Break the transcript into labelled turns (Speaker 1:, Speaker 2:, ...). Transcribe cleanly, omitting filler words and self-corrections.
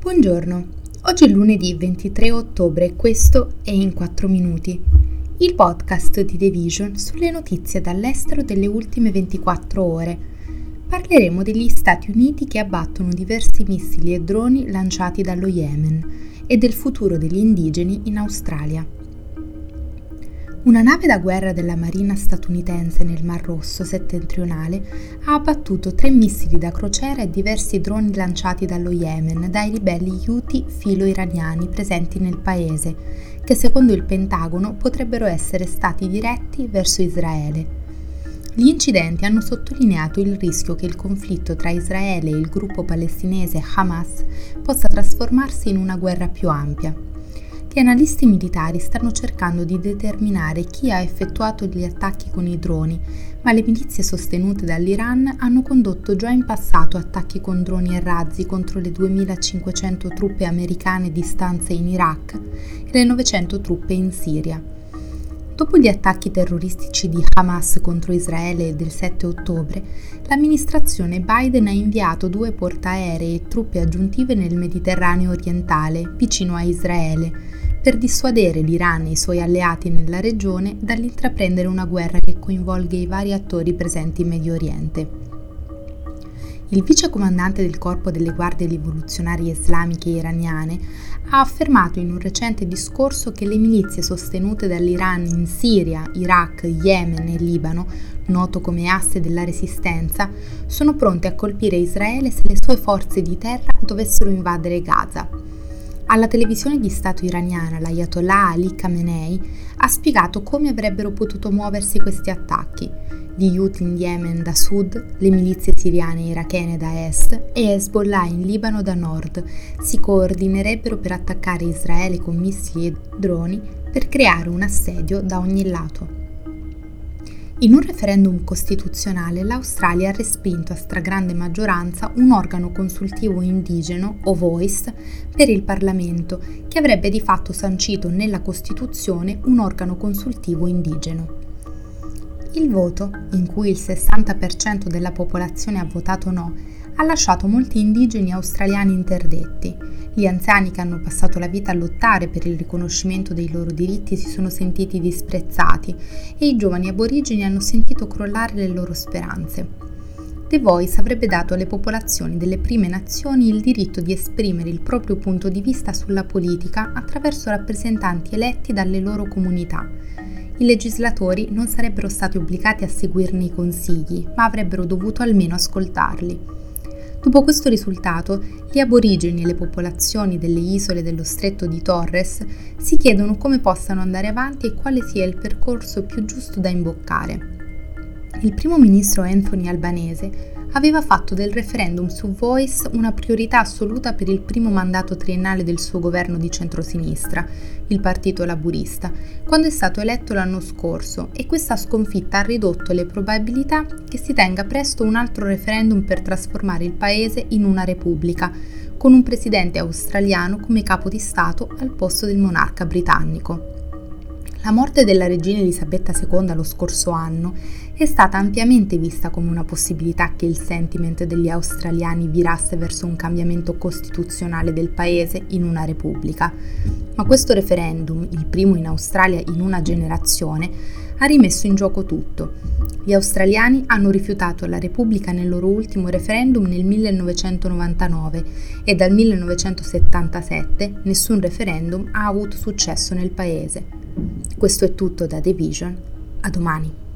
Speaker 1: Buongiorno, oggi è lunedì 23 ottobre e questo è In 4 Minuti, il podcast di The Vision sulle notizie dall'estero delle ultime 24 ore. Parleremo degli Stati Uniti che abbattono diversi missili e droni lanciati dallo Yemen e del futuro degli indigeni in Australia. Una nave da guerra della Marina statunitense nel Mar Rosso settentrionale ha abbattuto 3 missili da crociera e diversi droni lanciati dallo Yemen dai ribelli Houthi filo-iraniani presenti nel paese, che secondo il Pentagono potrebbero essere stati diretti verso Israele. Gli incidenti hanno sottolineato il rischio che il conflitto tra Israele e il gruppo palestinese Hamas possa trasformarsi in una guerra più ampia. Gli analisti militari stanno cercando di determinare chi ha effettuato gli attacchi con i droni, ma le milizie sostenute dall'Iran hanno condotto già in passato attacchi con droni e razzi contro le 2.500 truppe americane di stanze in Iraq e le 900 truppe in Siria. Dopo gli attacchi terroristici di Hamas contro Israele del 7 ottobre, l'amministrazione Biden ha inviato 2 portaerei e truppe aggiuntive nel Mediterraneo orientale, vicino a Israele, per dissuadere l'Iran e i suoi alleati nella regione dall'intraprendere una guerra che coinvolga i vari attori presenti in Medio Oriente. Il vice comandante del Corpo delle Guardie Rivoluzionarie Islamiche iraniane ha affermato in un recente discorso che le milizie sostenute dall'Iran in Siria, Iraq, Yemen e Libano, noto come asse della resistenza, sono pronte a colpire Israele se le sue forze di terra dovessero invadere Gaza. Alla televisione di Stato iraniana, l'Ayatollah Ali Khamenei ha spiegato come avrebbero potuto muoversi questi attacchi. Gli Houthi in Yemen da sud, le milizie siriane e irachene da est e Hezbollah in Libano da nord si coordinerebbero per attaccare Israele con missili e droni per creare un assedio da ogni lato. In un referendum costituzionale l'Australia ha respinto a stragrande maggioranza un organo consultivo indigeno, o Voice, per il Parlamento, che avrebbe di fatto sancito nella Costituzione un organo consultivo indigeno. Il voto, in cui il 60% della popolazione ha votato no, ha lasciato molti indigeni australiani interdetti. Gli anziani che hanno passato la vita a lottare per il riconoscimento dei loro diritti si sono sentiti disprezzati e i giovani aborigeni hanno sentito crollare le loro speranze. The Voice avrebbe dato alle popolazioni delle prime nazioni il diritto di esprimere il proprio punto di vista sulla politica attraverso rappresentanti eletti dalle loro comunità. I legislatori non sarebbero stati obbligati a seguirne i consigli, ma avrebbero dovuto almeno ascoltarli. Dopo questo risultato, gli aborigeni e le popolazioni delle isole dello stretto di Torres si chiedono come possano andare avanti e quale sia il percorso più giusto da imboccare. Il primo ministro Anthony Albanese aveva fatto del referendum su Voice una priorità assoluta per il primo mandato triennale del suo governo di centrosinistra, il Partito Laburista, quando è stato eletto l'anno scorso, e questa sconfitta ha ridotto le probabilità che si tenga presto un altro referendum per trasformare il paese in una repubblica, con un presidente australiano come capo di Stato al posto del monarca britannico. La morte della regina Elisabetta II lo scorso anno è stata ampiamente vista come una possibilità che il sentiment degli australiani virasse verso un cambiamento costituzionale del paese in una repubblica. Ma questo referendum, il primo in Australia in una generazione, ha rimesso in gioco tutto. Gli australiani hanno rifiutato la repubblica nel loro ultimo referendum nel 1999 e dal 1977 nessun referendum ha avuto successo nel paese. Questo è tutto da The Vision, a domani.